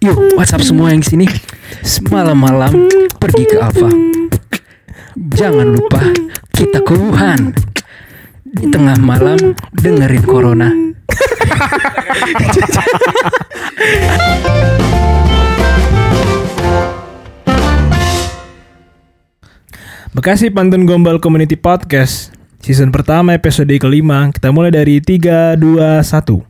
Yuk, WhatsApp semua yang di sini. Malam-malam pergi ke Alfa. Jangan lupa kita ke Wuhan. Di tengah malam dengerin Corona. Bekasi Pantun Gombal Community Podcast season pertama episode kelima. Kita mulai dari 3, 2, 1.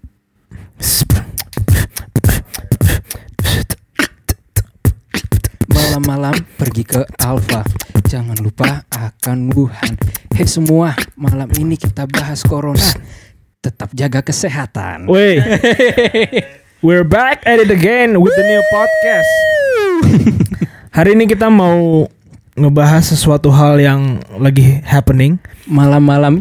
Malam-malam pergi ke Alfa. Jangan lupa akan Wuhan. Hei semua, malam ini kita bahas Corona. Tetap jaga kesehatan. Wey, we're back at it again with the new podcast. Hari ini kita mau ngebahas sesuatu hal yang lagi happening. Malam-malam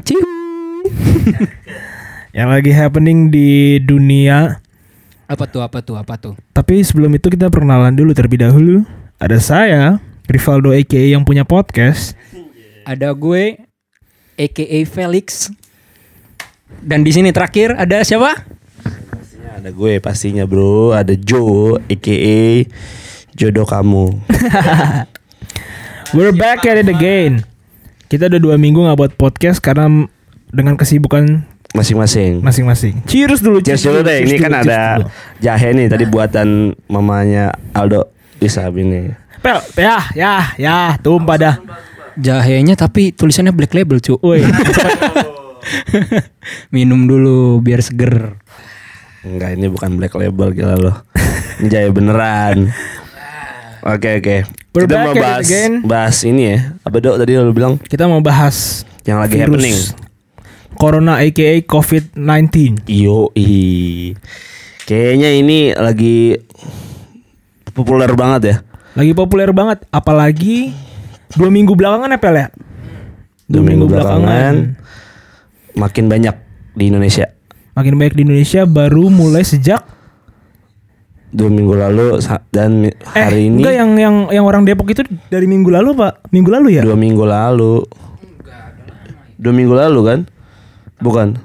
Yang lagi happening di dunia. Apa tuh? Tapi sebelum itu kita perkenalan dulu terlebih dahulu. Ada saya, Rivaldo aka yang punya podcast. Ada gue, aka Felix. Dan di sini terakhir ada siapa? Ada gue pastinya bro. Ada Joe aka jodoh kamu. We're back at it again. Kita udah 2 minggu gak buat podcast karena dengan kesibukan masing-masing. Cheers dulu. Cheers dulu deh. Ini kan ada jahe nih tadi buatan mamanya Aldo Isab ini. Pel, ya, tumpah dah. Jahenya tapi tulisannya Black Label cu. Woi. Minum dulu biar seger. Enggak, ini bukan Black Label gila loh. Ini jahe beneran. Oke. Kita mau bahas ini ya. Apa Dok tadi lo bilang? Kita mau bahas yang lagi virus happening. Corona aka COVID-19. Kayaknya ini lagi populer banget ya. Lagi populer banget, apalagi 2 minggu belakangan ya Pel ya. 2 minggu belakangan makin banyak di Indonesia. Makin banyak di Indonesia baru mulai sejak 2 minggu lalu dan hari ini. Enggak, yang orang Depok itu dari minggu lalu Pak. Minggu lalu ya? 2 minggu lalu. 2 minggu lalu kan? Bukan.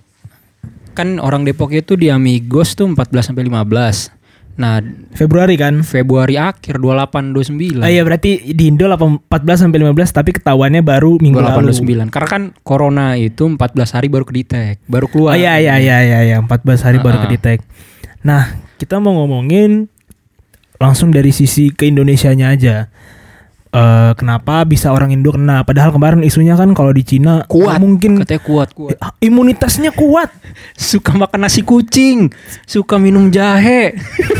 Kan orang Depok itu di Amigos tuh 14 sampai 15. Nah, Februari kan? Februari akhir 28 29. Iya berarti di Indo 14 sampai 15 tapi ketahuannya baru minggu 28 lalu. 29. Karena kan corona itu 14 hari baru kedetek, baru keluar. Oh iya 14 hari baru kedetek. Nah, kita mau ngomongin langsung dari sisi ke-Indonesianya aja. Kenapa bisa orang Indo kena? Padahal kemarin isunya kan kalau di Cina kuat, mungkin katanya kuat. Imunitasnya kuat. Suka makan nasi kucing, suka minum jahe.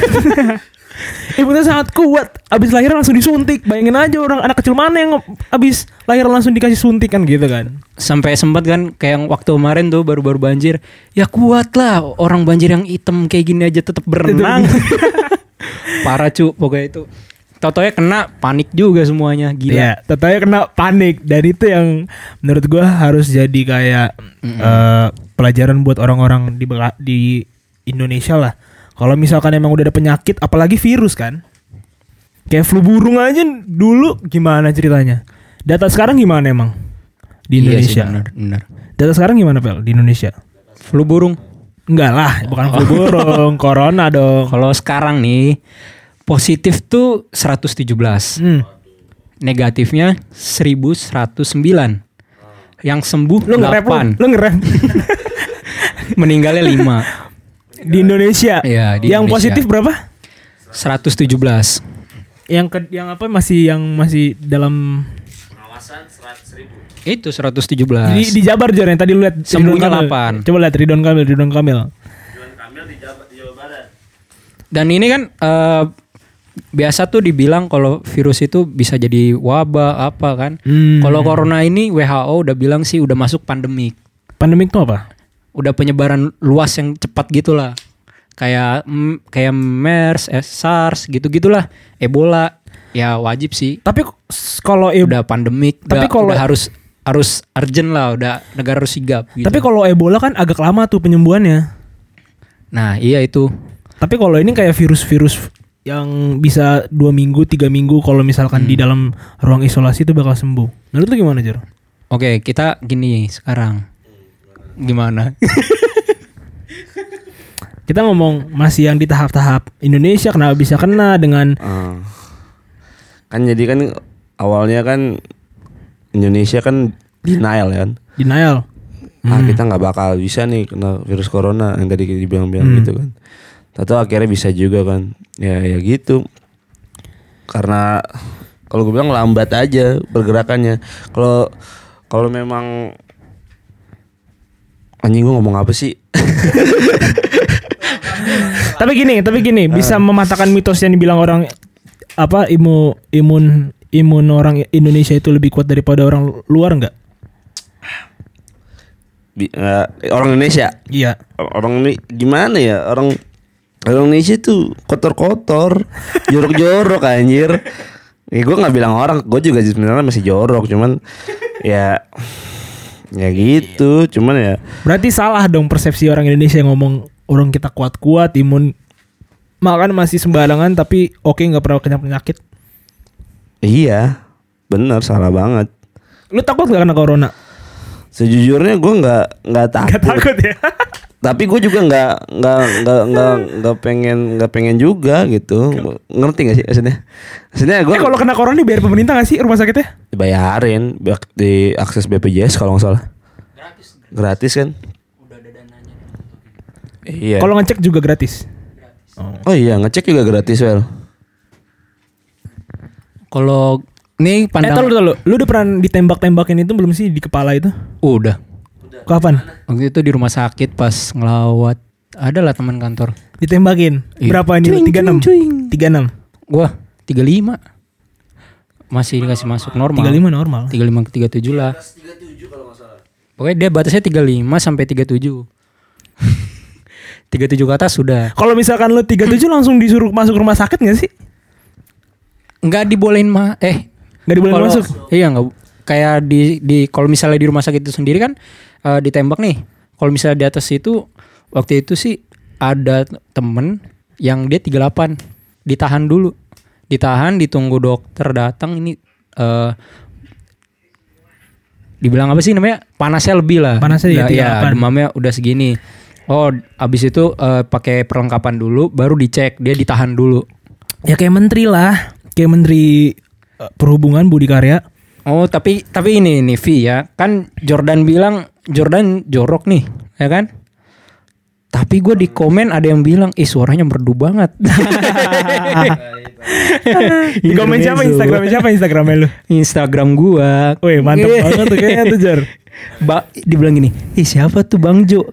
Imunitas sangat kuat. Abis lahir langsung disuntik. Bayangin aja orang anak kecil mana yang abis lahir langsung dikasih suntik kan gitu kan. Sampai sempat kan kayak yang waktu kemarin tuh baru-baru banjir. Ya kuat lah, orang banjir yang hitam kayak gini aja tetap berenang. Parah cu, pokoknya itu. Tau-taunya kena panik juga semuanya, gila. Iya, tau-taunya kena panik. Dan itu yang menurut gue harus jadi kayak pelajaran buat orang-orang di Indonesia lah. Kalau misalkan emang udah ada penyakit, apalagi virus kan. Kayak flu burung aja dulu gimana ceritanya. Data sekarang gimana emang di Indonesia? Iya sih, benar. Data sekarang gimana Pel di Indonesia? Flu burung? Enggak lah, bukan flu burung, corona dong. Kalau sekarang nih positif tuh 117. Negatifnya 1109. Yang sembuh 8. Lu ngerem. Meninggalnya 5. Di Indonesia. Iya, di yang Indonesia. positif berapa? 117. Yang apa masih dalam Pengawasan 100.000. Itu 117. di Jabar Jor yang tadi lu lihat Sembuhnya Ridwan Kamil. 8. Coba lihat Ridwan Kamil. Ridwan Kamil di Jawa Barat. Dan ini kan biasa tuh dibilang kalau virus itu bisa jadi wabah apa kan. Kalau corona ini WHO udah bilang sih udah masuk pandemik. Pandemik itu apa? Udah penyebaran luas yang cepat gitulah. Kayak MERS, SARS gitu-gitulah. Ebola ya wajib sih. Tapi kalau Udah pandemik, tapi kalau udah harus urgent lah, udah negara harus sigap gitu. Tapi kalau Ebola kan agak lama tuh penyembuhannya. Nah, iya itu. Tapi kalau ini kayak virus-virus yang bisa 2 minggu, 3 minggu kalau misalkan di dalam ruang isolasi itu bakal sembuh. Menurut lu gimana, Jor? Oke, kita gini sekarang. Gimana? Kita ngomong masih yang di tahap-tahap Indonesia kenapa bisa kena dengan kan jadi kan awalnya kan Indonesia kan denial kan. denial. Kita nggak bakal bisa nih kena virus corona yang tadi dibilang-bilang gitu kan. Tahu akhirnya bisa juga kan. Ya gitu. Karena kalau gue bilang lambat aja pergerakannya. Kalau memang anjing gue ngomong apa sih? Tapi gini, bisa mematahkan mitos yang dibilang orang apa imun orang Indonesia itu lebih kuat daripada orang luar enggak? Orang Indonesia. Iya. Orang ini gimana ya? Orang Indonesia tuh kotor-kotor, jorok-jorok anjir. Ya gue nggak bilang orang, gue juga sebenarnya masih jorok, cuman ya gitu, cuman ya. Berarti salah dong persepsi orang Indonesia yang ngomong orang kita kuat-kuat, imun, makan masih sembarangan tapi oke nggak pernah kena penyakit. Iya, benar, salah banget. Lu takut nggak kena corona? Sejujurnya gue nggak takut. Nggak takut ya. Tapi gue juga nggak pengen juga gitu. Ngerti nggak sih maksudnya? Maksudnya gue kalau kena corona dibayar pemerintah nggak sih rumah sakitnya? dibayarin, di akses BPJS kalau nggak salah. Gratis kan? Udah ada dananya. Iya. Kalau ngecek juga gratis. Oh iya, ngecek juga gratis, Wel. Kalau nih Tahu lu udah pernah ditembak-tembakin itu belum sih di kepala itu? Udah. Kapan? Waktu itu di rumah sakit pas ngelawat. Adalah teman kantor. Ditembakin. Iya. Berapa ini? 36. 36. Gua 35. Masih dikasih masuk normal. 35 normal. 35 ke 37 lah. Pokoknya dia batasnya 35 sampai 37. 37 ke atas sudah. Kalau misalkan lu 37 langsung disuruh masuk rumah sakit enggak sih? Enggak dibolehin Enggak dibolehin kalau- masuk. Iya enggak. Kayak di kalau misalnya di rumah sakit itu sendiri kan ditembak nih. Kalau misalnya di atas itu waktu itu sih ada temen yang dia 38 ditahan dulu. Ditahan, ditunggu dokter datang ini dibilang apa sih namanya? Panasnya lebih lah. Panasnya ya, demamnya udah segini. Oh, abis itu pakai perlengkapan dulu baru dicek, dia ditahan dulu. Ya kayak menteri lah. Kayak menteri perhubungan Budi Karya. Oh, tapi ini Vi ya. Kan Jordan bilang Jordan jorok nih, ya kan? Tapi gue di komen ada yang bilang, suaranya merdu banget. Di komen siapa? Instagramnya lu? Instagram gua. Wih mantep banget tuh kayaknya tuh Jor. Dibilang gini, siapa tuh Bang Jo?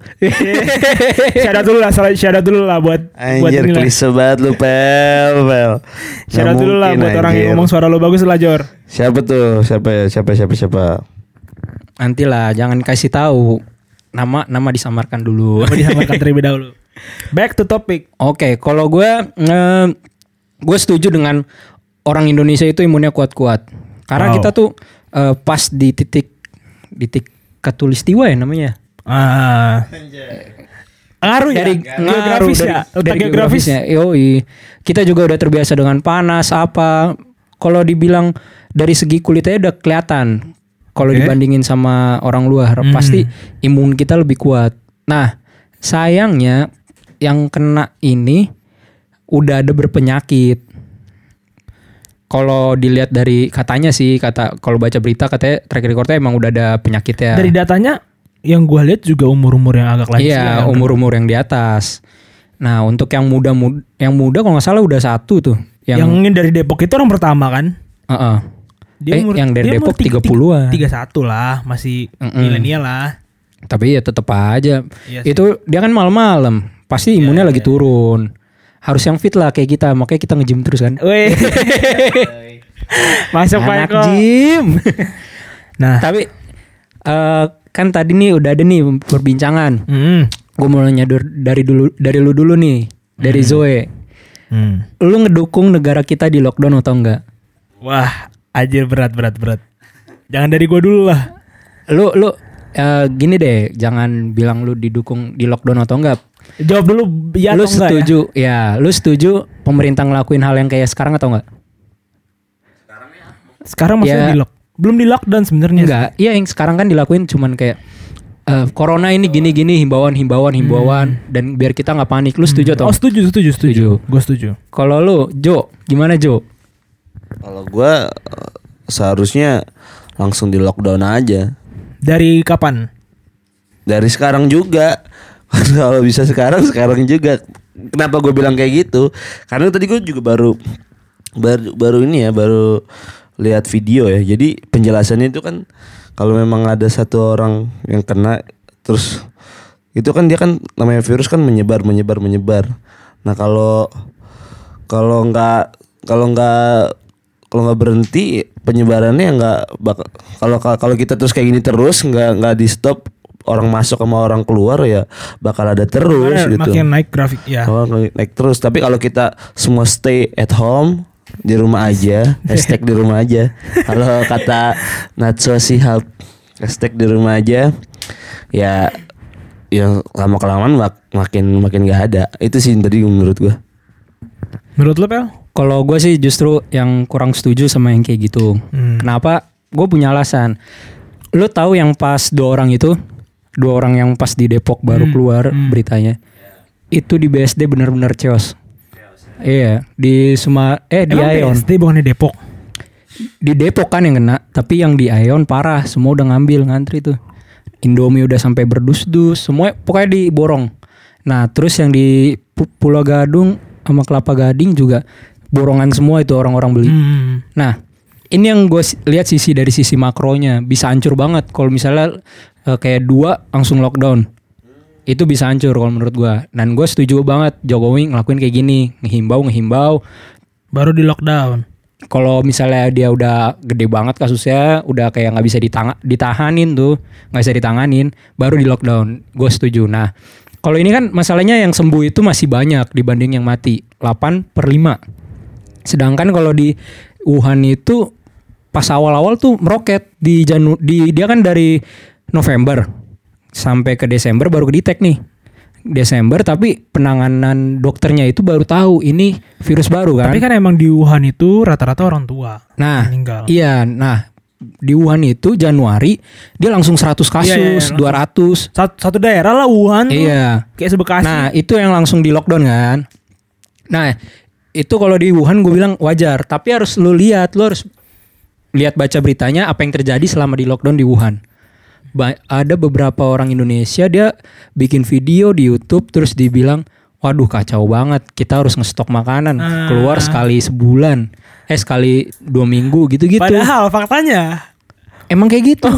Syarat dulu lah buat Anjir, inilah. klise banget lu, Pel. Syarat dulu lah buat orang yang anjir. ngomong suara lo bagus lah Jor. Siapa tuh? Siapa? Nanti lah, jangan kasih tahu. Nama disamarkan dulu. Mau disamarkan terlebih dahulu. Back to topic. Oke, kalau gue setuju dengan orang Indonesia itu imunnya kuat-kuat. Karena Wow. kita tuh pas di titik katulistiwa ya namanya. Ngaruh ya? Dari geografis ya? dari Geografis. geografisnya. Yoi. Kita juga udah terbiasa dengan panas apa. Kalau dibilang dari segi kulitnya udah kelihatan. Kalau dibandingin sama orang luar, pasti imun kita lebih kuat. Nah, sayangnya yang kena ini udah ada berpenyakit. Kalau dilihat dari katanya sih, kalau baca berita katanya track recordnya emang udah ada penyakitnya. Dari datanya yang gue lihat juga umur-umur yang agak lanjut. Iya, umur-umur yang di atas. Nah, untuk yang muda kalau nggak salah udah satu tuh. Yang dari Depok itu orang pertama kan? Yang dari Depok 30-an. 31 lah, masih milenial lah. Tapi ya tetap aja. Iya Itu dia kan malam-malam, pasti imunnya lagi turun. Harus yang fit lah kayak kita, makanya kita nge-gym terus kan. Weh. Masuk Anak Pak Eko. gym. Nah, Tapi kan tadi nih udah ada nih perbincangan. Gue mau nanya dari lu dulu nih, dari Zoe. Lu ngedukung negara kita di lockdown atau enggak? Wah, anjir berat. Jangan dari gue dulu lah. Lu gini deh, jangan bilang lu didukung di lockdown atau enggak. Jawab dulu ya Lu atau enggak setuju ya? Lu setuju pemerintah ngelakuin hal yang kayak sekarang atau enggak? Sekarang maksudnya Ya. belum di lockdown sebenarnya. Enggak. Iya, yang sekarang kan dilakuin cuman kayak corona ini gini-gini himbauan dan biar kita nggak panik. Lu setuju atau? Oh setuju. Gue setuju. Kalau lu Jo, gimana Jo? Kalau gue seharusnya langsung di lockdown aja. Dari kapan? Dari sekarang juga. Kalau bisa sekarang juga. Kenapa gue bilang kayak gitu? Karena tadi gue juga baru lihat video ya. Jadi penjelasannya itu kan kalau memang ada satu orang yang kena, terus itu kan dia kan namanya virus kan menyebar. Nah kalau nggak berhenti penyebarannya nggak bakal, kalau kita terus kayak gini terus nggak di stop, orang masuk sama orang keluar ya bakal ada terus gitu. Makin naik grafik ya. Naik terus. Tapi kalau kita semua stay at home, di rumah aja, hashtag di rumah aja. Kalau kata Natso Shihab, hashtag di rumah aja. Ya lama kelamaan makin nggak ada. Itu sih tadi menurut gue. Menurut lo Pel? Kalau gue sih justru yang kurang setuju sama yang kayak gitu. Kenapa? Gue punya alasan. Lo tahu yang pas dua orang yang pas di Depok baru keluar beritanya. Itu di BSD benar-benar chaos. Iya, di Ion. BSD bukan di Depok. Di Depok kan yang kena, tapi yang di Ion parah, semua udah ngambil ngantri tuh. Indomie udah sampai berdus-dus, semua pokoknya diborong. Nah, terus yang di Pulau Gadung sama Kelapa Gading juga borongan semua itu orang-orang beli. Nah, ini yang gue lihat dari sisi makronya bisa hancur banget kalau misalnya kayak 2 langsung lockdown. Itu bisa hancur kalau menurut gue. Dan gue setuju banget Jokowi ngelakuin kayak gini, ngehimbau baru di lockdown. Kalau misalnya dia udah gede banget kasusnya, udah kayak nggak bisa ditahanin tuh, nggak bisa ditanganin, baru di lockdown. Gue setuju. Nah, kalau ini kan masalahnya yang sembuh itu masih banyak dibanding yang mati, 8/5. Sedangkan kalau di Wuhan itu pas awal-awal tuh meroket dia kan dari November sampai ke Desember baru kedetek nih. Desember tapi penanganan dokternya itu baru tahu ini virus baru kan. Tapi kan emang di Wuhan itu rata-rata orang tua meninggal. Iya, nah di Wuhan itu Januari dia langsung 100 kasus, 200. Satu daerah lah Wuhan tuh. Iya. Kayak sebekasi. Nah, itu yang langsung di lockdown kan. Nah, itu kalau di Wuhan gue bilang wajar, tapi lu harus lihat baca beritanya apa yang terjadi selama di lockdown di Wuhan. Ada beberapa orang Indonesia dia bikin video di YouTube terus dibilang, waduh kacau banget, kita harus ngestok makanan keluar sekali sebulan, sekali 2 minggu gitu-gitu. Padahal faktanya emang kayak gitu.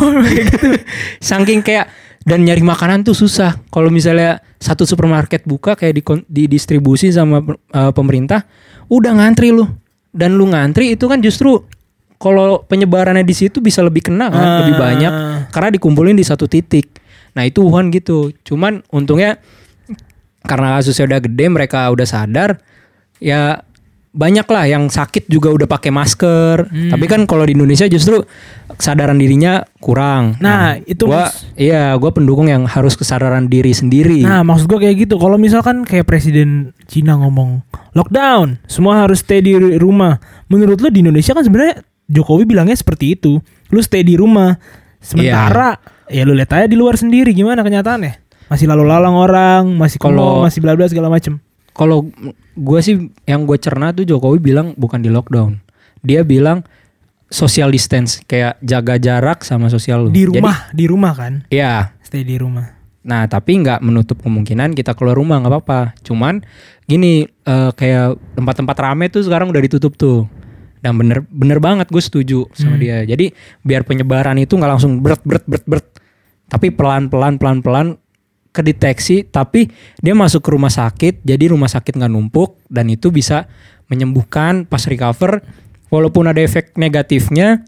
Saking kayak dan nyari makanan tuh susah. Kalau misalnya satu supermarket buka kayak didistribusi sama pemerintah, udah ngantri lu. Dan lu ngantri itu kan justru kalau penyebarannya di situ bisa lebih kena kan, lebih banyak karena dikumpulin di satu titik. Nah, itu Wuhan gitu. Cuman untungnya karena kasusnya udah gede, mereka udah sadar. Ya banyak lah yang sakit juga udah pakai masker. Tapi kan kalau di Indonesia justru kesadaran dirinya kurang. Nah, itu gua pendukung yang harus kesadaran diri sendiri. Nah, maksud gua kayak gitu. Kalau misalkan kayak Presiden Cina ngomong lockdown, semua harus stay di rumah. Menurut lo di Indonesia kan sebenarnya Jokowi bilangnya seperti itu. Lu stay di rumah. Sementara ya lu lihat aja di luar sendiri gimana kenyataannya. Masih lalu lalang orang, masih masih bla bla segala macem. Kalau gue sih yang gue cerna tuh Jokowi bilang bukan di lockdown. Dia bilang social distance, kayak jaga jarak sama sosial lu. Di rumah kan? Iya. Stay di rumah. Nah, tapi nggak menutup kemungkinan kita keluar rumah, nggak apa-apa. Cuman gini, kayak tempat-tempat rame tuh sekarang udah ditutup tuh. Dan bener banget gue setuju sama dia. Jadi biar penyebaran itu nggak langsung berat, tapi pelan-pelan kedeteksi. Tapi dia masuk ke rumah sakit, jadi rumah sakit nggak numpuk dan itu bisa menyembuhkan pas recover. Walaupun ada efek negatifnya,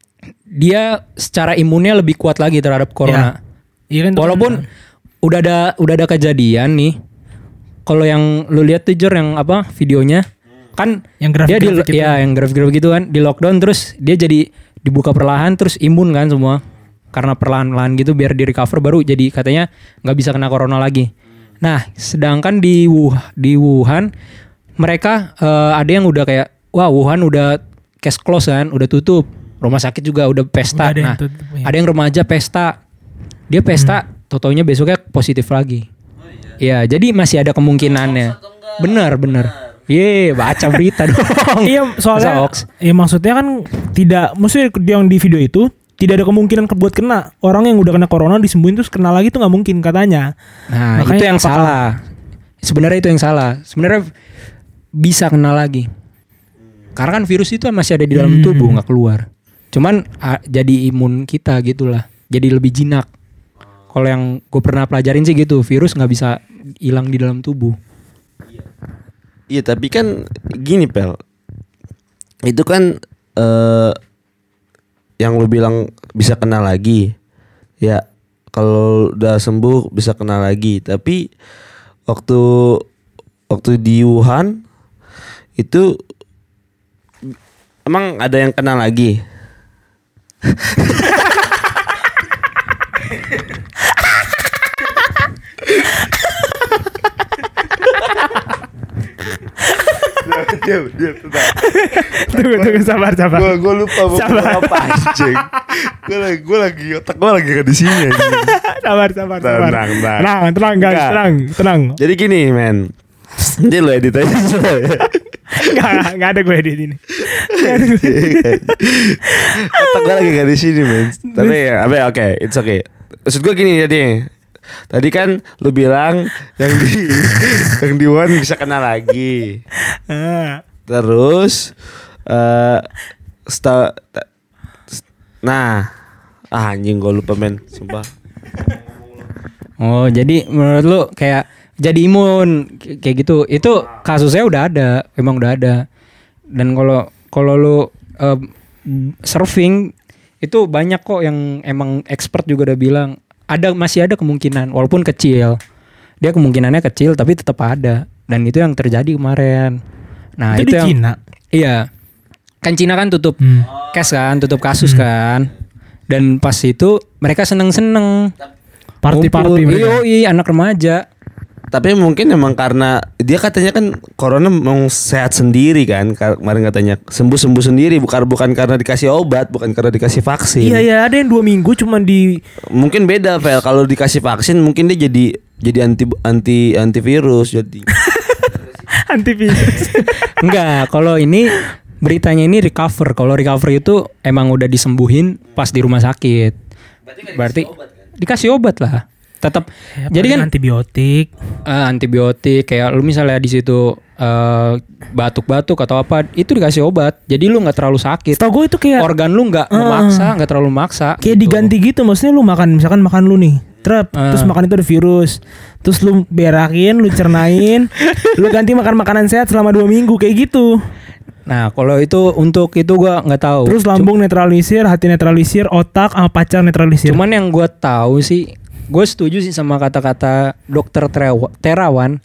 dia secara imunnya lebih kuat lagi terhadap corona. Iya kan, walaupun udah ada kejadian nih. Kalau yang lu lihat tuh Jor, yang apa videonya? Kan yang grafik gitu. Yang grafik gitu kan di lockdown, terus dia jadi dibuka perlahan terus imun kan semua karena perlahan-lahan gitu biar di recover baru jadi katanya nggak bisa kena corona lagi. Nah, sedangkan di Wuhan mereka ada yang udah kayak Wuhan udah case close kan, udah tutup, rumah sakit juga udah pesta. Ada yang remaja pesta, dia pesta totonya besoknya positif lagi. Iya, jadi masih ada kemungkinannya. Benar. Baca berita dong. Iya, soalnya Masa hoax? ya maksudnya kan tidak, maksudnya yang di video itu tidak ada kemungkinan buat kena. Orang yang udah kena corona disembuhin terus kena lagi tuh nggak mungkin katanya. Nah, Makanya itu yang apakah- salah. Sebenarnya itu yang salah. Sebenarnya bisa kena lagi. Karena kan virus itu masih ada di dalam tubuh, nggak keluar. Cuman jadi imun kita gitulah. Jadi lebih jinak. Kalau yang gue pernah pelajarin sih gitu, virus nggak bisa hilang di dalam tubuh. Iya tapi kan gini Pel, itu kan yang lu bilang bisa kena lagi, ya kalau udah sembuh bisa kena lagi. Tapi waktu di Wuhan itu emang ada yang kena lagi. Tunggu sabar. Gue lupa mau Sabar. ngomong apa anjing. Gue lagi otak gue lagi gak di sini anjing. Sabar. Tenang. Jadi gini men, nanti lo edit aja. Nggak ada gue edit ini. Otak gue lagi gak di sini men. Tapi ya, oke, it's okay. Maksud gue gini jadi, tadi kan lu bilang yang di Wuhan bisa kena lagi. Terus anjing gue lupa men, sumpah. Oh, jadi menurut lu kayak jadi imun kayak gitu. Itu kasusnya udah ada, emang udah ada. Dan kalau lu surfing itu banyak kok yang emang expert juga udah bilang masih ada kemungkinan walaupun kecil. Dia kemungkinannya kecil tapi tetap ada. Dan itu yang terjadi kemarin. Nah, Itu di yang Cina? Iya. Kan Cina kan tutup tutup kasus kan. Dan pas itu mereka seneng-seneng Party-party mereka. Iya, anak remaja. Tapi mungkin emang karena dia katanya kan corona memang sehat sendiri kan, kemarin katanya sembuh sendiri, bukan karena dikasih obat, bukan karena dikasih vaksin. Iya, ada yang 2 minggu cuman di Mungkin beda Vel, kalau dikasih vaksin mungkin dia jadi antivirus jadi. antivirus. Enggak, kalau ini beritanya ini recover. Kalau recover itu emang udah disembuhin pas di rumah sakit. Berarti dikasih obat lah. Tetap. Ya, Jadi kan antibiotik. antibiotik kayak lu misalnya di situ batuk-batuk atau apa itu dikasih obat. Jadi lu nggak terlalu sakit. Tau gue itu kayak Organ lu nggak nggak terlalu maksa. kayak gitu. diganti gitu, maksudnya lu misalkan makan lu nih terus makan itu ada virus, terus lu berakin, lu cernain, lu ganti makan makanan sehat selama 2 minggu kayak gitu. Nah, kalau itu untuk itu gua nggak tahu. Terus lambung netralisir, hati netralisir, otak sama pacar netralisir. Cuman yang gua tahu sih, gue setuju sih sama kata-kata Dokter Terawan,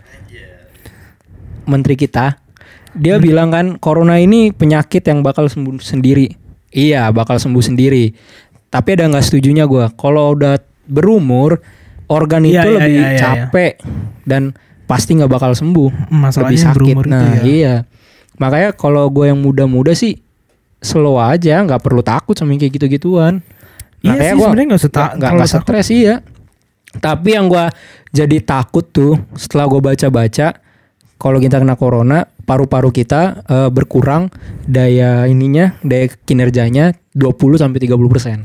menteri kita. Dia bilang kan corona ini penyakit yang bakal sembuh sendiri. Iya, bakal sembuh sendiri. Tapi ada nggak setujunya gua. Kalau udah berumur, organ itu Iya, lebih iya. capek dan pasti nggak bakal sembuh. Masalahnya lebih sakit. berumur itu Nah, ya. iya. Makanya kalau gue yang muda-muda sih slow aja, nggak perlu takut sama yang kayak gitu-gituan. Iya sih, gua sebenarnya nggak usah nggak stres sih ya. Tapi yang gue jadi takut tuh setelah gue baca-baca, kalau kita kena corona, paru-paru kita berkurang daya kinerjanya 20-30%.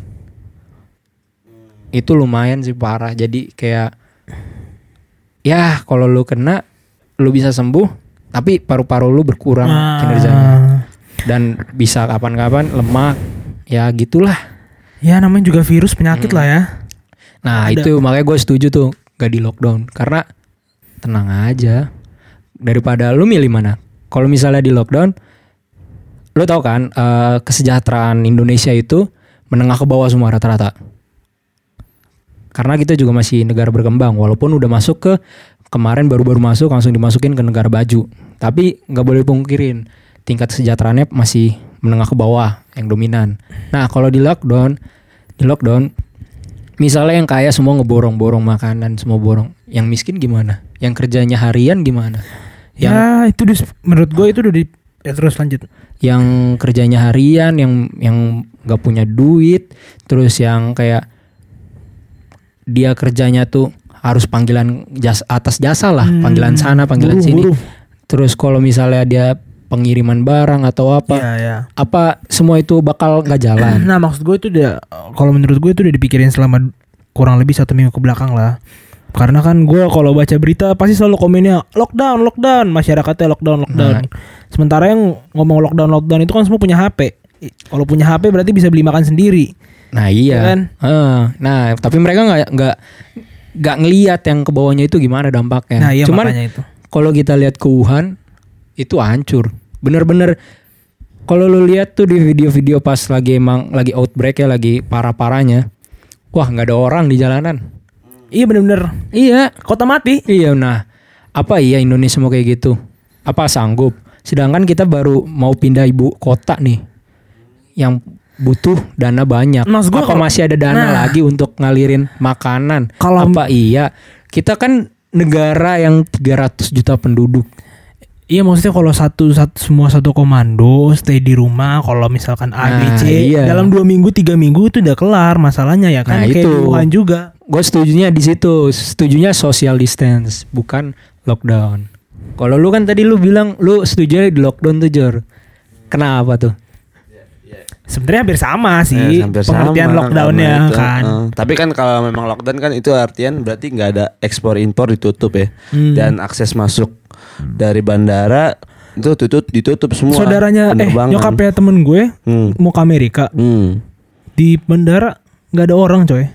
Itu lumayan sih parah. Jadi kayak ya kalau lu kena lu bisa sembuh, tapi paru-paru lu berkurang kinerjanya dan bisa kapan-kapan lemah. Ya gitulah. Ya namanya juga virus penyakit lah ya. Nah itu makanya gue setuju tuh gak di lockdown. Karena tenang aja. Daripada lu milih mana. Kalau misalnya di lockdown, lu tau kan kesejahteraan Indonesia itu menengah ke bawah semua rata-rata. Karena kita juga masih negara berkembang. Walaupun udah masuk ke kemarin baru-baru masuk langsung dimasukin ke negara baju. Tapi gak boleh pungkirin tingkat kesejahteraannya masih menengah ke bawah yang dominan. Nah kalau di lockdown misalnya yang kaya semua ngeborong-borong makanan, semua borong. Yang miskin gimana? Yang kerjanya harian gimana? Ya itu menurut gue itu udah terus lanjut. Yang kerjanya harian, yang nggak punya duit, terus yang kayak dia kerjanya tuh harus panggilan atas jasa lah, panggilan sana, panggilan sini. Buruh. Terus kalau misalnya dia pengiriman barang atau apa, Iya. apa semua itu bakal nggak jalan. Nah maksud gue itu udah, kalau menurut gue itu udah dipikirin selama kurang lebih 1 minggu ke belakang lah. Karena kan gue kalau baca berita pasti selalu komennya lockdown, masyarakatnya lockdown. Sementara yang ngomong lockdown itu kan semua punya HP. Kalau punya HP berarti bisa beli makan sendiri. Nah Ya iya. kan? Nah tapi mereka nggak ngelihat yang ke bawahnya itu gimana dampaknya. Nah iya Cuman makanya itu. kalau kita lihat ke Wuhan itu hancur. Bener-bener kalau lu lihat tuh di video-video pas lagi outbreak ya, lagi parah-parahnya. Wah, nggak ada orang di jalanan. Iya bener-bener. Iya, Kota mati. iya. Nah, apa iya Indonesia mau kayak gitu? Apa sanggup? Sedangkan kita baru mau pindah ibu kota nih, yang butuh dana banyak. Maksud gua Apa masih ada dana lagi untuk ngalirin makanan? Kalau- Apa iya? Kita kan negara yang 300 juta penduduk. Iya maksudnya kalau semua satu komando stay di rumah, kalau misalkan A, B, Nah, C iya. dalam 2 minggu 3 minggu itu udah kelar masalahnya ya kan. Nah, Kayak itu. di Wuhan juga. Gue setujunya di situ, setujunya social distance, bukan lockdown. Kalau lu kan tadi lu bilang lu setuju di lockdown tuh Jor. Kenapa tuh? Sebenarnya hampir sama sih hampir pengertian sama, lockdownnya karena itu, kan. Tapi kan kalau memang lockdown kan itu artian berarti nggak ada ekspor impor ditutup ya, dan akses masuk dari bandara itu ditutup semua. Saudaranya penerbangan. nyokapnya temen gue mau ke Amerika, di bandara nggak ada orang coy.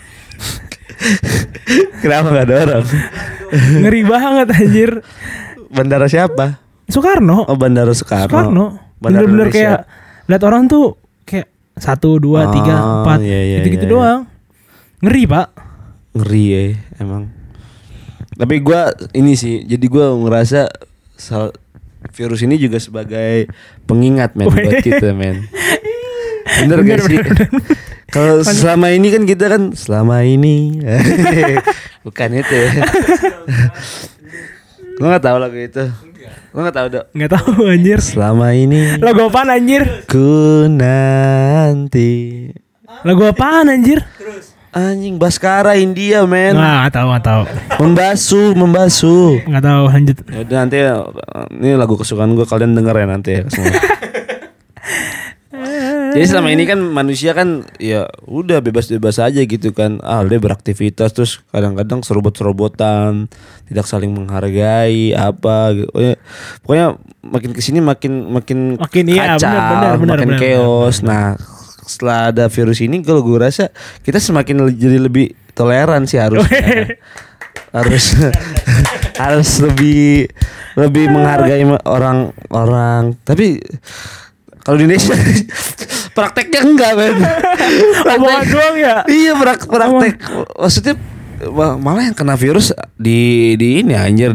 Kenapa nggak ada orang? Ngeri banget anjir. Bandara siapa? Soekarno. Oh, Bandara Soekarno. Bandara Bener-bener Indonesia. kayak lihat orang tuh kayak 1, 2, 3, 4 iya, gitu-gitu iya. doang. Ngeri pak. Ngeri ya emang. Tapi gue ini sih, jadi gue ngerasa virus ini juga sebagai pengingat men buat kita men. Bener gak sih? Kalau selama ini kan kita kan selama ini bukan itu ya. Gue gak tahu lagu itu. Gue gak tahu dok. Nggak tahu anjir. Selama ini Lagu apaan anjir? ku nanti. Lagu apaan anjir? Anjing Baskara India men. Nggak tahu. Membasuh. Nggak tahu lanjut. Ya udah nanti ini lagu kesukaan gue, kalian denger ya nanti ya semua. Jadi selama ini kan manusia kan ya udah bebas-bebas aja gitu kan. Dia beraktivitas terus kadang-kadang serobot-serobotan, tidak saling menghargai apa gitu. Pokoknya makin kesini makin iya, kacau, benar, makin benar. chaos. Nah, setelah ada virus ini kalau gue rasa kita semakin jadi lebih toleran sih harusnya. harus lebih menghargai orang-orang. Tapi kalau di Indonesia prakteknya enggak men. Omongan doang ya. Iya praktek. Maksudnya malah yang kena virus di ini anjir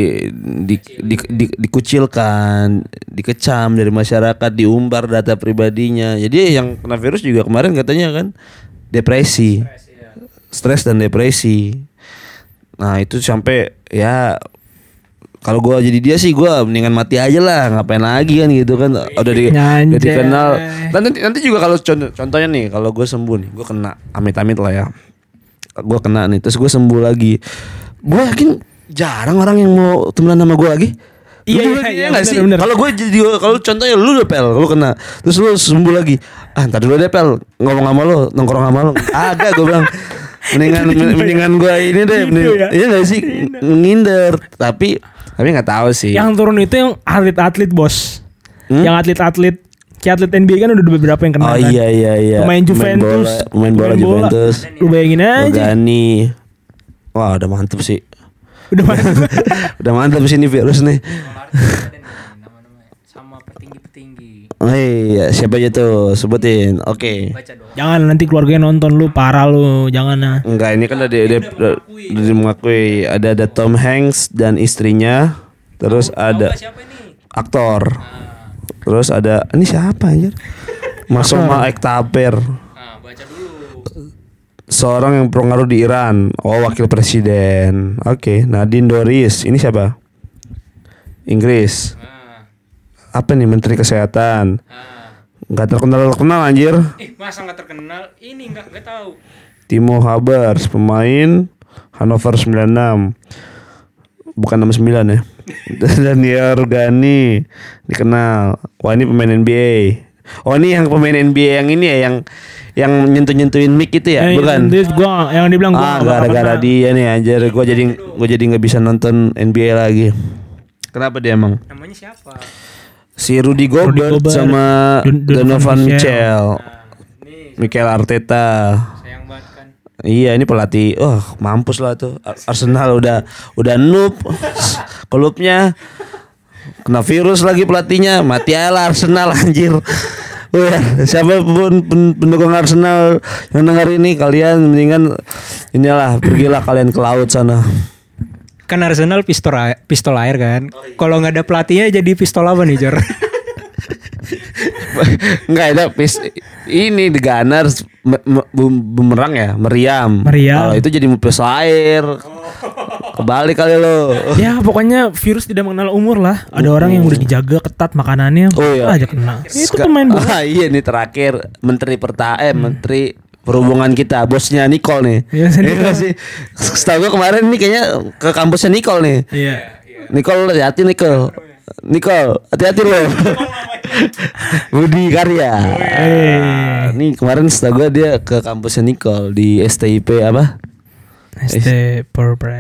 dikucilkan, dikecam dari masyarakat, diumbar data pribadinya. Jadi yang kena virus juga kemarin katanya kan depresi. Stres dan depresi. Nah, itu sampai ya kalau gue jadi dia sih gue mendingan mati aja lah, ngapain lagi kan gitu kan, udah dikenal. Nanti juga kalau contohnya nih, kalau gue sembuh nih, gue kena amit-amit lah ya, gue kena nih, terus gue sembuh lagi, gue yakin jarang orang yang mau temenan sama gue lagi. Iya nggak sih. bener. Kalau gue jadi, kalau contohnya lu udah pel, lu kena, terus lu sembuh lagi, ntar dulu deh pel, ngomong sama lu, nongkrong sama lu, agak gue bilang. Mendingan gue ini deh, iya nggak sih, ngindar. Tapi nggak tahu sih. Yang turun itu yang atlet-atlet bos. Yang atlet-atlet kayak atlet NBA kan udah beberapa yang kena. Oh kan? iya. Pemain Juventus, Pemain bola Juventus. Lu bayangin aja. Gani. Wah, udah mantep sih. Udah mantap. Udah mantep sih ini virus nih. Sama petinggi-petinggi. Oh iya, siapa aja tuh? Sebutin. Oke. Baca dong. Jangan nanti keluarganya nonton lu, parah lu, jangan nah. Enggak, ini kan udah mengakui ada Tom Hanks dan istrinya. Terus ada Siapa ini? aktor. Terus ada ini siapa anjir? Masoma Ektaper. Nah, baca dulu. Seorang yang berpengaruh di Iran. Oh, wakil presiden. Oke, Nadine Dorries. Ini siapa? Inggris. Apa nih, menteri kesehatan? Nggak terkenal anjir. Masa nggak terkenal? Ini nggak tahu. Timo Habers, pemain Hannover 96. Bukan 69 ya. Daniel Rugani dikenal. Wah, ini pemain NBA. Oh, ini yang pemain NBA yang ini ya, yang nyentuh-nyentuhin mic itu ya, bukan? Gua yang dibilang gua gara-gara dia nih anjir, gua jadi enggak bisa nonton NBA lagi. Kenapa dia emang? Namanya siapa? Si Rudy Gobert sama Donovan Mitchell. Mikel Arteta. Sayang banget kan. Iya, ini pelatih. Mampus lah tuh. Arsenal udah noob. Klubnya kena virus lagi pelatihnya. Mati aja lah Arsenal anjir. Siapa pun pendukung Arsenal yang denger ini, kalian mendingan inilah, pergilah kalian ke laut sana. Kan Arsenal pistol air kan. Kalau nggak ada pelatihnya jadi pistol apa nih, Jor? Enggak ada ini The Gunners bumerang ya, meriam. Kalau itu jadi pistol air. Kebalik kali lo. Ya pokoknya virus tidak mengenal umur lah. Ada orang yang udah dijaga ketat makanannya, aja kena. Itu pemain bola. Iya nih terakhir Menteri Perhubungan kita, bosnya Nicole nih. Iya sih. Setahu gue kemarin nih kayaknya ke kampusnya Nicole nih. Iya. Nicole, hati-hati Nicole. Hati-hati lo. Budi Karya. Nih kemarin setahu gue dia ke kampusnya Nicole di STIP apa? STIP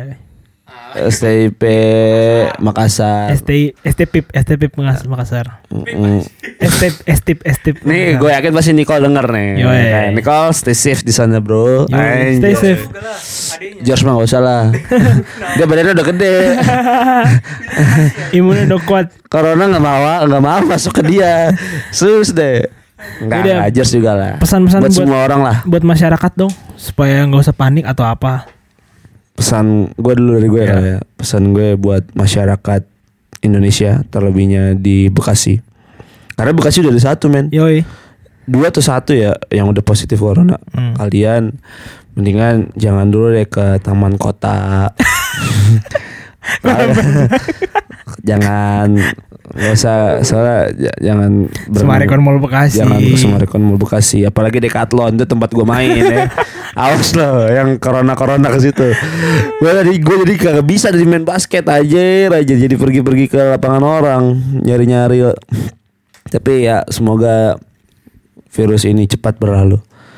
Makassar. STIP Makassar. STIP. Nih gue yakin pasti Nicole denger nih. Nicole stay safe di sana bro. Stay safe. George mah gak usah lah. Dia badannya udah gede. Imunnya udah kuat. Corona gak mau masuk ke dia. Sus deh. Enggak George juga lah. Pesan-pesan buat semua orang lah. Buat masyarakat dong, supaya gak usah panik atau apa. Pesan gue dulu dari gue ya. Pesan gue buat masyarakat Indonesia, terlebihnya di Bekasi. Karena Bekasi udah ada 1 men. Yoi. 2 atau 1 ya yang udah positif corona. Kalian mendingan jangan dulu deh ke taman kota. Jangan, nggak usah, soalnya jangan Sumarekon Mall Bekasi. Jangan ke Sumarekon Mall Bekasi, apalagi Decathlon itu tempat gue main ya. Awas loh yang corona ke situ. Gue jadi kagak bisa dari main basket aja jadi pergi ke lapangan orang nyari. Tapi ya semoga virus ini cepat berlalu.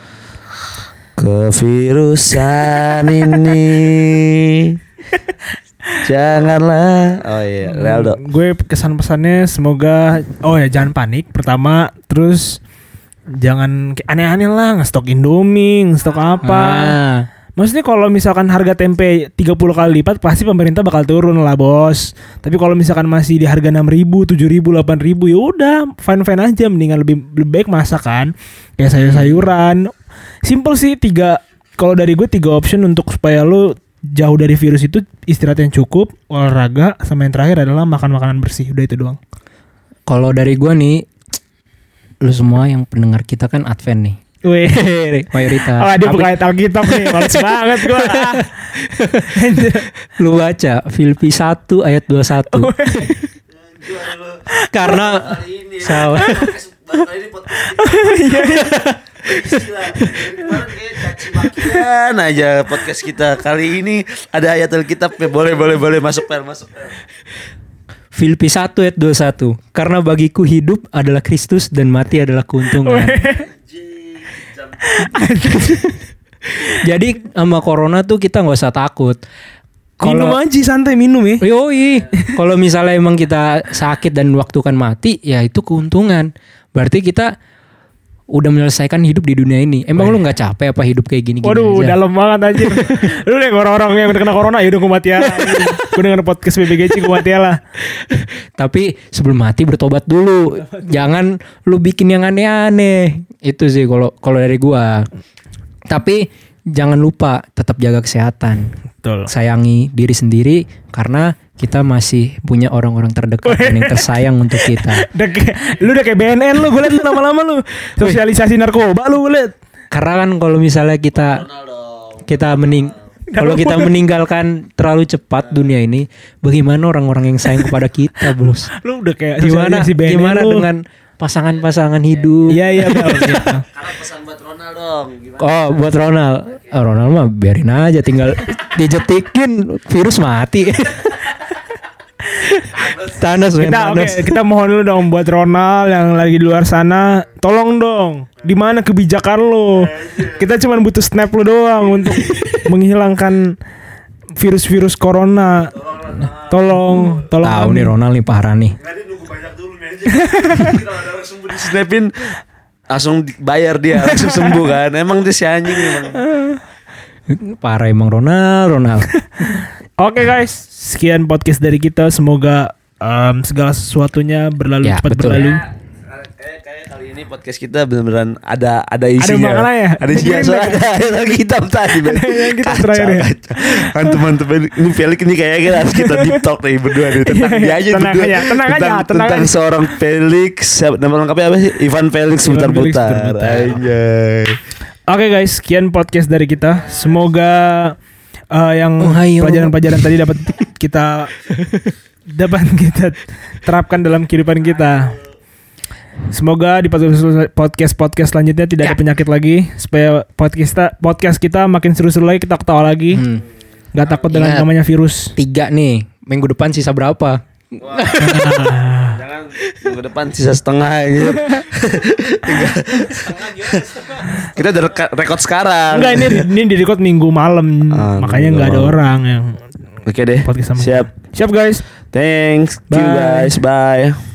Kevirusan ini janganlah. Oh iya, Ronaldo. Gue kesan-pesannya semoga jangan panik pertama, terus jangan aneh-aneh lah, ngestok Indomie, ngestok apa. Maksudnya kalau misalkan harga tempe 30 kali lipat, pasti pemerintah bakal turun lah, Bos. Tapi kalau misalkan masih di harga 6.000, 7.000, 8.000, ya udah fine aja, mendingan lebih baik masak kan. Kayak sayur-sayuran. Simple sih, kalau dari gue 3 option untuk supaya lu jauh dari virus itu: istirahat yang cukup, olahraga, sama yang terakhir adalah makan makanan bersih. Udah itu doang. Kalau dari gue nih, lu semua yang pendengar kita kan Advent nih. Wih, mayoritas. Dia buka Alkitab nih, males banget gue. Lu baca Filipi 1 ayat 21. Karena salah. Kemarin aja podcast kita kali ini ada ayat Alkitab. Boleh masuk. Filipi 1 ayat 21. Karena bagiku hidup adalah Kristus dan mati adalah keuntungan. Jadi sama corona tuh kita nggak usah takut. Minum aja santai, minum ya. Yoi. Kalau misalnya emang kita sakit dan waktu kan mati, ya itu keuntungan. Berarti kita udah menyelesaikan hidup di dunia ini. Emang lu nggak capek apa hidup kayak gini-gini? Waduh, dalam banget anjir. Lu nih orang-orang yang udah kena corona, ya udah gue mati ya. Gue denger podcast BBGC gue mati lah. Tapi sebelum mati bertobat dulu. Jangan lu bikin yang aneh-aneh. Itu sih kalau dari gua. Tapi jangan lupa tetap jaga kesehatan. Betul. Sayangi diri sendiri karena kita masih punya orang-orang terdekat dan yang tersayang untuk kita. Lu udah kayak BNN lu, gue liat lu lama-lama lu. Sosialisasi narkoba lu, gue liat. Karena kan kalau misalnya kita kalau kita meninggalkan terlalu cepat dunia ini, bagaimana orang-orang yang sayang kepada kita, Bos? Lu udah kayak gimana si BNN lu. Dengan pasangan-pasangan hidup. Iya Bel gitu. Karena pesan buat Ronald dong. Gimana? Oh, buat Ronald. Ronald mah biarin aja, tinggal dijetikin virus mati. Thanos, Kita mohon dulu dong buat Ronald yang lagi di luar sana, tolong dong. Di mana kebijakan lo? Kita cuma butuh snap lo doang untuk menghilangkan virus-virus corona. Tolong Tahu kami. nih Ronald nih parah nih. Nanti nunggu banyak dulu nih aja. Kalau ada langsung di snapin langsung bayar dia langsung sembuh kan. Emang dia si anjing emang. Parah emang Ronald. Oke guys, sekian podcast dari kita. Semoga segala sesuatunya berlalu Ya, cepat betul. berlalu. Kayak kali ini podcast kita beneran ada isinya. Ada maknanya. Ada isinya. Soalnya ada yang hitam tadi. Yang kita terakhir ya. Kan teman-teman ini Felix ini kayaknya harus kita deep talk nih berdua nih tentang dia aja Tenang berdua. aja, tenang Tentang aja. seorang Felix. Nama lengkapnya apa sih? Ivan Felix Ivan Felix putar-putar. Putar-Putar. Anjay. Oke guys, sekian podcast dari kita. Semoga yang Ohio. pelajaran-pelajaran tadi dapat kita terapkan dalam kehidupan kita. Semoga di podcast selanjutnya tidak ada penyakit lagi, supaya podcast kita makin seru-seru lagi, kita ketawa lagi. Gak takut dengan Ingat. namanya virus. 3 nih. Minggu depan sisa berapa? Jangan minggu depan sisa setengah gitu. Kita udah rekod sekarang. Enggak, ini di record minggu malam, makanya minggu nggak ada malam. orang yang Oke deh. podcast sama. Siap. Siap guys. Thanks. Bye. You guys. Bye.